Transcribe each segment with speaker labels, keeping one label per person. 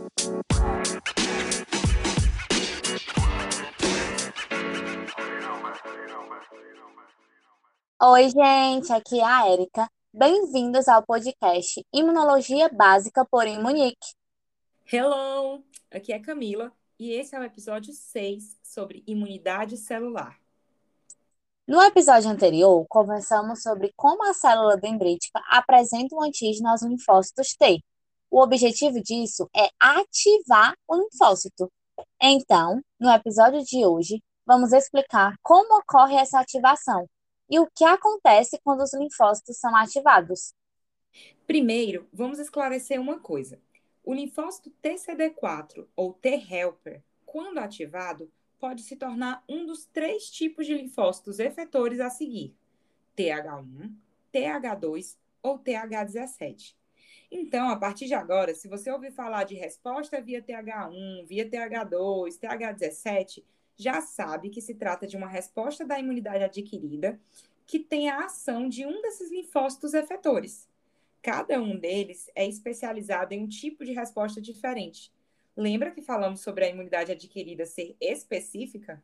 Speaker 1: Oi, gente, aqui é a Érica. Bem-vindos ao podcast Imunologia Básica por Imunique.
Speaker 2: Hello! Aqui é Camila e esse é o episódio 6 sobre imunidade celular.
Speaker 1: No episódio anterior, conversamos sobre como a célula dendrítica apresenta um antígeno aos linfócitos T. O objetivo disso é ativar o linfócito. Então, no episódio de hoje, vamos explicar como ocorre essa ativação e o que acontece quando os linfócitos são ativados.
Speaker 2: Primeiro, vamos esclarecer uma coisa. O linfócito TCD4 ou T-helper, quando ativado, pode se tornar um dos 3 tipos de linfócitos efetores a seguir: TH1, TH2 ou TH17. Então, a partir de agora, se você ouvir falar de resposta via TH1, via TH2, TH17, já sabe que se trata de uma resposta da imunidade adquirida que tem a ação de um desses linfócitos efetores. Cada um deles é especializado em um tipo de resposta diferente. Lembra que falamos sobre a imunidade adquirida ser específica?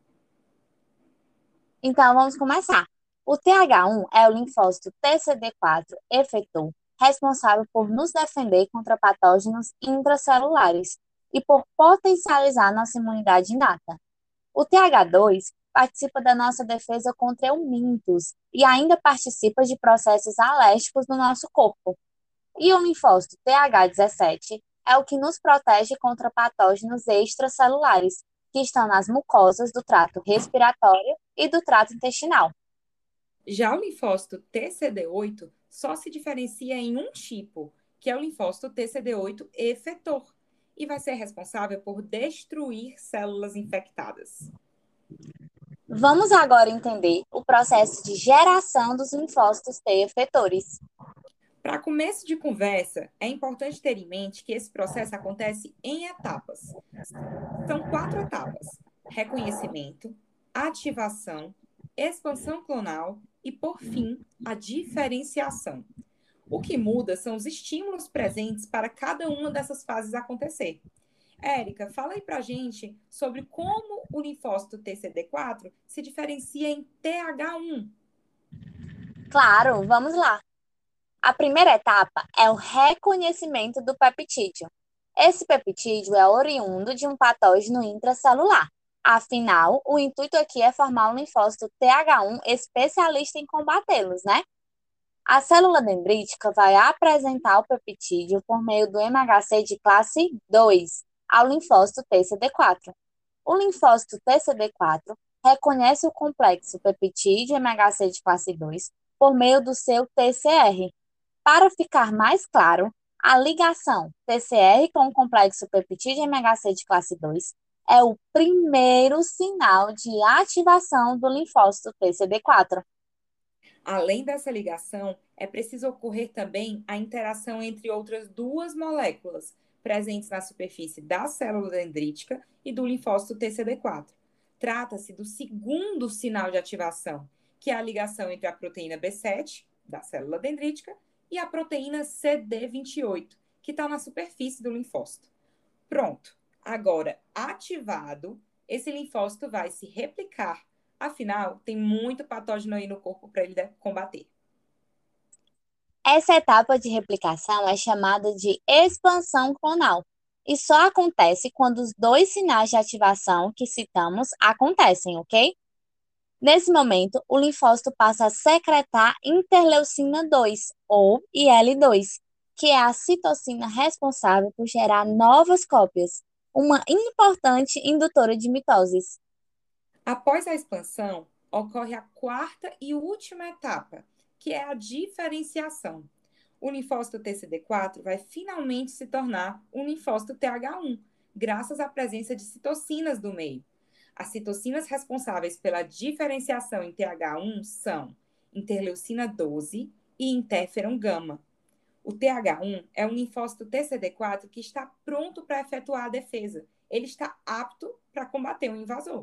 Speaker 1: Então, vamos começar. O TH1 é o linfócito TCD4 efetor, responsável por nos defender contra patógenos intracelulares e por potencializar nossa imunidade inata. O TH2 participa da nossa defesa contra eumintos e ainda participa de processos alérgicos no nosso corpo. E o linfócito TH17 é o que nos protege contra patógenos extracelulares, que estão nas mucosas do trato respiratório e do trato intestinal.
Speaker 2: Já o linfócito TCD8 só se diferencia em um tipo, que é o linfócito TCD8 efetor, e vai ser responsável por destruir células infectadas.
Speaker 1: Vamos agora entender o processo de geração dos linfócitos T efetores.
Speaker 2: Para começo de conversa, é importante ter em mente que esse processo acontece em etapas. São 4 etapas: reconhecimento, ativação, expansão clonal e, por fim, a diferenciação. O que muda são os estímulos presentes para cada uma dessas fases acontecer. Érica, fala aí pra gente sobre como o linfócito TCD4 se diferencia em TH1.
Speaker 1: Claro, vamos lá. A primeira etapa é o reconhecimento do peptídeo. Esse peptídeo é oriundo de um patógeno intracelular. Afinal, o intuito aqui é formar um linfócito TH1 especialista em combatê-los, né? A célula dendrítica vai apresentar o peptídeo por meio do MHC de classe 2 ao linfócito TCD4. O linfócito TCD4 reconhece o complexo peptídeo MHC de classe 2 por meio do seu TCR. Para ficar mais claro, a ligação TCR com o complexo peptídeo MHC de classe 2 é o primeiro sinal de ativação do linfócito TCD4.
Speaker 2: Além dessa ligação, é preciso ocorrer também a interação entre outras 2 moléculas presentes na superfície da célula dendrítica e do linfócito TCD4. Trata-se do segundo sinal de ativação, que é a ligação entre a proteína B7, da célula dendrítica, e a proteína CD28, que está na superfície do linfócito. Pronto. Agora, ativado, esse linfócito vai se replicar. Afinal, tem muito patógeno aí no corpo para ele combater.
Speaker 1: Essa etapa de replicação é chamada de expansão clonal e só acontece quando os 2 sinais de ativação que citamos acontecem, ok? Nesse momento, o linfócito passa a secretar interleucina 2, ou IL-2, que é a citocina responsável por gerar novas cópias, uma importante indutora de mitoses.
Speaker 2: Após a expansão, ocorre a quarta e última etapa, que é a diferenciação. O linfócito TCD4 vai finalmente se tornar um linfócito TH1, graças à presença de citocinas do meio. As citocinas responsáveis pela diferenciação em TH1 são interleucina 12 e interferon gama. O TH1 é um linfócito TCD4 que está pronto para efetuar a defesa. Ele está apto para combater o invasor.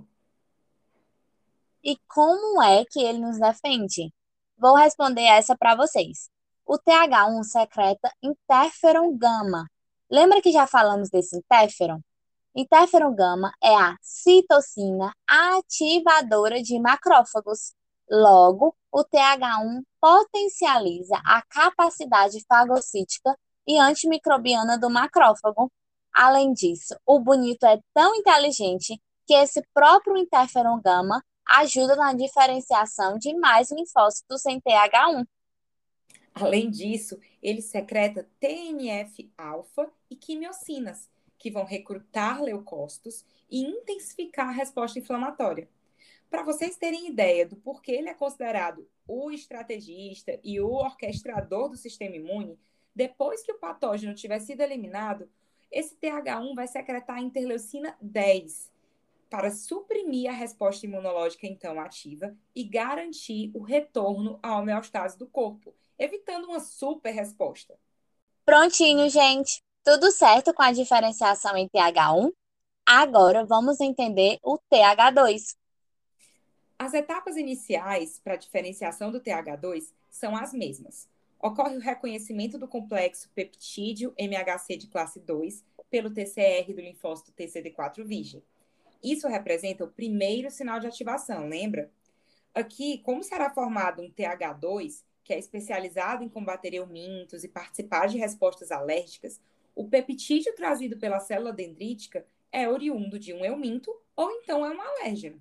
Speaker 1: E como é que ele nos defende? Vou responder essa para vocês. O TH1 secreta interferon gama. Lembra que já falamos desse interferon? Interferon gama é a citocina ativadora de macrófagos. Logo, o TH1 potencializa a capacidade fagocítica e antimicrobiana do macrófago. Além disso, o bonito é tão inteligente que esse próprio interferon gama ajuda na diferenciação de mais linfócitos em TH1.
Speaker 2: Além disso, ele secreta TNF-alfa e quimiocinas, que vão recrutar leucócitos e intensificar a resposta inflamatória. Para vocês terem ideia do porquê ele é considerado o estrategista e o orquestrador do sistema imune, depois que o patógeno tiver sido eliminado, esse TH1 vai secretar a interleucina 10 para suprimir a resposta imunológica então ativa e garantir o retorno à homeostase do corpo, evitando uma super resposta.
Speaker 1: Prontinho, gente. Tudo certo com a diferenciação em TH1? Agora vamos entender o TH2.
Speaker 2: As etapas iniciais para a diferenciação do TH2 são as mesmas. Ocorre o reconhecimento do complexo peptídeo MHC de classe 2 pelo TCR do linfócito TCD4 virgem. Isso representa o primeiro sinal de ativação, lembra? Aqui, como será formado um TH2, que é especializado em combater eumintos e participar de respostas alérgicas, o peptídeo trazido pela célula dendrítica é oriundo de um euminto ou então é um alérgeno.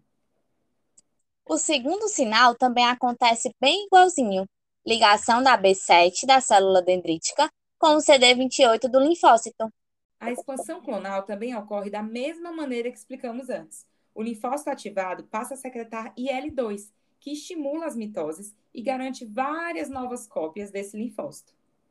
Speaker 1: O segundo sinal também acontece bem igualzinho. Ligação da B7 da célula dendrítica com o CD28 do linfócito.
Speaker 2: A expansão clonal também ocorre da mesma maneira que explicamos antes. O linfócito ativado passa a secretar IL-2, que estimula as mitoses e garante várias novas cópias desse linfócito.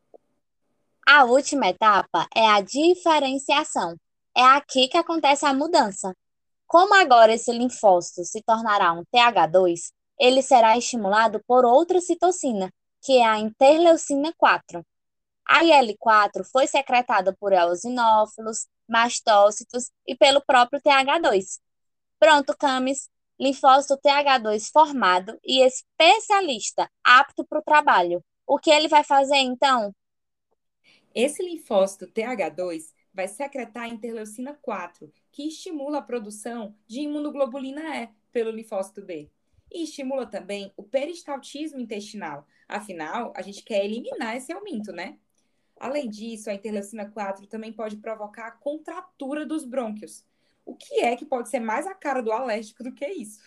Speaker 1: A última etapa é a diferenciação. É aqui que acontece a mudança. Como agora esse linfócito se tornará um TH2, ele será estimulado por outra citocina, que é a interleucina 4. A IL-4 foi secretada por eosinófilos, mastócitos e pelo próprio TH2. Pronto, Camis, linfócito TH2 formado e especialista, apto para o trabalho. O que ele vai fazer então?
Speaker 2: Esse linfócito TH2 vai secretar a interleucina 4, que estimula a produção de imunoglobulina E pelo linfócito B. E estimula também o peristaltismo intestinal. Afinal, a gente quer eliminar esse aumento, né? Além disso, a interleucina 4 também pode provocar a contratura dos brônquios. O que é que pode ser mais a cara do alérgico do que isso?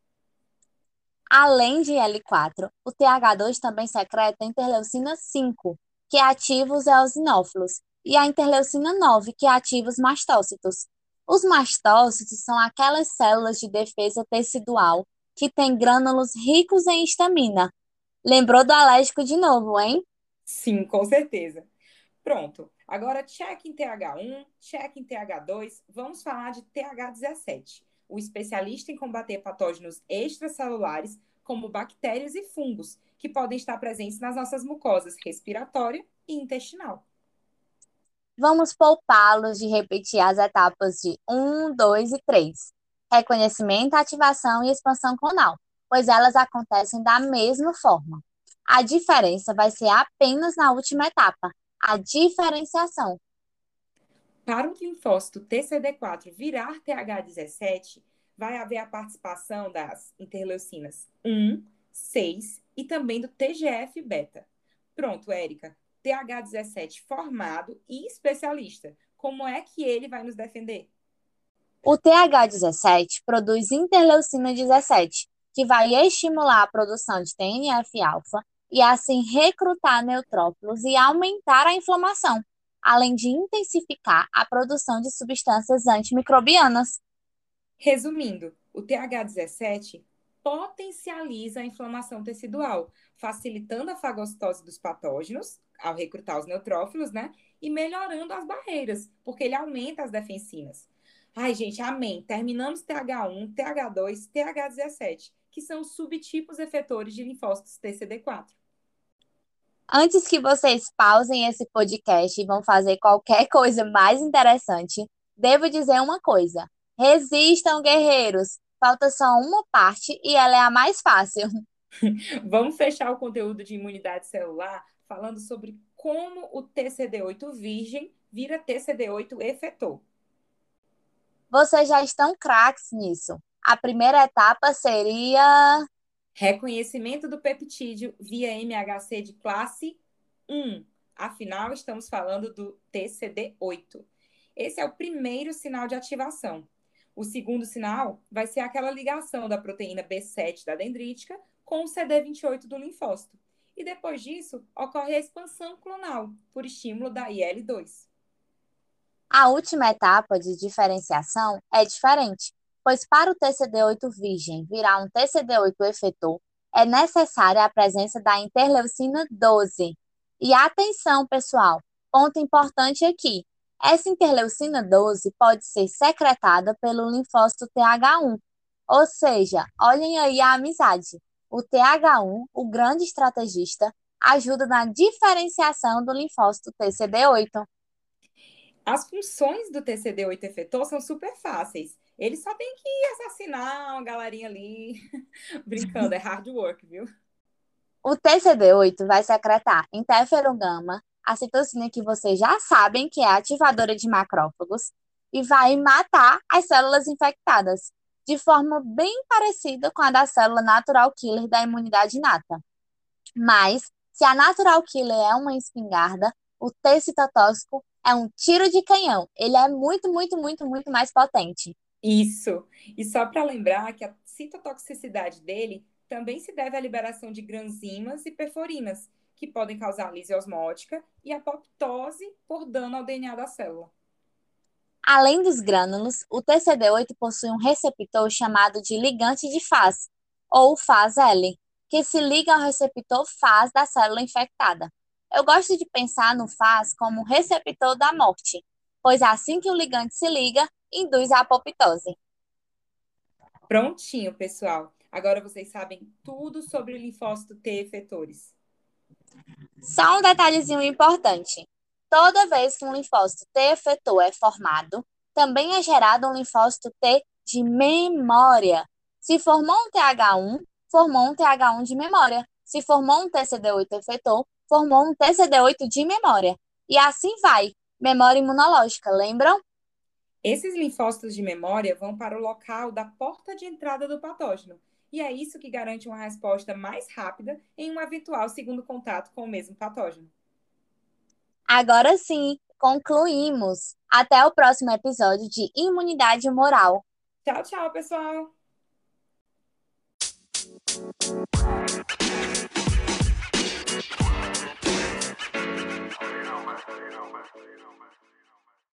Speaker 1: Além de L4, o TH2 também secreta a interleucina 5, que ativa os eosinófilos, e a interleucina 9, que ativa os mastócitos. Os mastócitos são aquelas células de defesa tecidual que têm grânulos ricos em histamina. Lembrou do alérgico de novo, hein?
Speaker 2: Sim, com certeza. Pronto. Agora, check em TH1, check em TH2. Vamos falar de TH17, o especialista em combater patógenos extracelulares, como bactérias e fungos, que podem estar presentes nas nossas mucosas respiratória e intestinal.
Speaker 1: Vamos poupá-los de repetir as etapas de 1, 2 e 3. Reconhecimento, ativação e expansão clonal, pois elas acontecem da mesma forma. A diferença vai ser apenas na última etapa, a diferenciação.
Speaker 2: Para o linfócito TCD4 virar TH17, vai haver a participação das interleucinas 1, 6 e também do TGF-beta. Pronto, Érica. TH17 formado e especialista. Como é que ele vai nos defender?
Speaker 1: O TH17 produz interleucina 17, que vai estimular a produção de TNF-alfa e assim recrutar neutrófilos e aumentar a inflamação, além de intensificar a produção de substâncias antimicrobianas.
Speaker 2: Resumindo, o TH17 potencializa a inflamação tecidual, facilitando a fagocitose dos patógenos, ao recrutar os neutrófilos, né? E melhorando as barreiras, porque ele aumenta as defensinas. Ai, gente, amém. Terminamos TH1, TH2, TH17, que são os subtipos efetores de linfócitos TCD4.
Speaker 1: Antes que vocês pausem esse podcast e vão fazer qualquer coisa mais interessante, devo dizer uma coisa: resistam, guerreiros! Falta só uma parte e ela é a mais fácil.
Speaker 2: Vamos fechar o conteúdo de imunidade celular falando sobre como o TCD8 virgem vira TCD8 efetor.
Speaker 1: Vocês já estão craques nisso. A primeira etapa seria
Speaker 2: Reconhecimento do peptídeo via MHC de classe 1. Afinal, estamos falando do TCD8. Esse é o primeiro sinal de ativação. O segundo sinal vai ser aquela ligação da proteína B7 da dendrítica com o CD28 do linfócito. E depois disso, ocorre a expansão clonal, por estímulo da IL-2.
Speaker 1: a última etapa de diferenciação é diferente, pois para o TCD8 virgem virar um TCD8 efetor, é necessária a presença da interleucina 12. E atenção, pessoal, ponto importante aqui. Essa interleucina 12 pode ser secretada pelo linfócito TH1. Ou seja, olhem aí a amizade. O TH1, o grande estrategista, ajuda na diferenciação do linfócito TCD8.
Speaker 2: As funções do TCD8 efetor são super fáceis. Ele só tem que assassinar uma galerinha ali. Brincando, é hard work, viu?
Speaker 1: O TCD8 vai secretar interferon gama, a citocina que vocês já sabem que é ativadora de macrófagos, e vai matar as células infectadas, de forma bem parecida com a da célula natural killer da imunidade inata. Mas, se a natural killer é uma espingarda, o T citotóxico é um tiro de canhão. Ele é muito, muito, muito, muito mais potente.
Speaker 2: Isso. E só para lembrar que a citotoxicidade dele também se deve à liberação de granzimas e perforinas, que podem causar lise osmótica e apoptose por dano ao DNA da célula.
Speaker 1: Além dos grânulos, o TCD8 possui um receptor chamado de ligante de Fas, ou Fas-L, que se liga ao receptor Fas da célula infectada. Eu gosto de pensar no Fas como um receptor da morte, pois assim que o ligante se liga, induz a apoptose.
Speaker 2: Prontinho, pessoal. Agora vocês sabem tudo sobre o linfócito T efetores.
Speaker 1: Só um detalhezinho importante. Toda vez que um linfócito T efetor é formado, também é gerado um linfócito T de memória. Se formou um TH1, formou um TH1 de memória. Se formou um TCD8 efetor, formou um TCD8 de memória. E assim vai. Memória imunológica, lembram?
Speaker 2: Esses linfócitos de memória vão para o local da porta de entrada do patógeno. E é isso que garante uma resposta mais rápida em um eventual segundo contato com o mesmo patógeno.
Speaker 1: Agora sim, concluímos. Até o próximo episódio de Imunidade Humoral.
Speaker 2: Tchau, tchau, pessoal!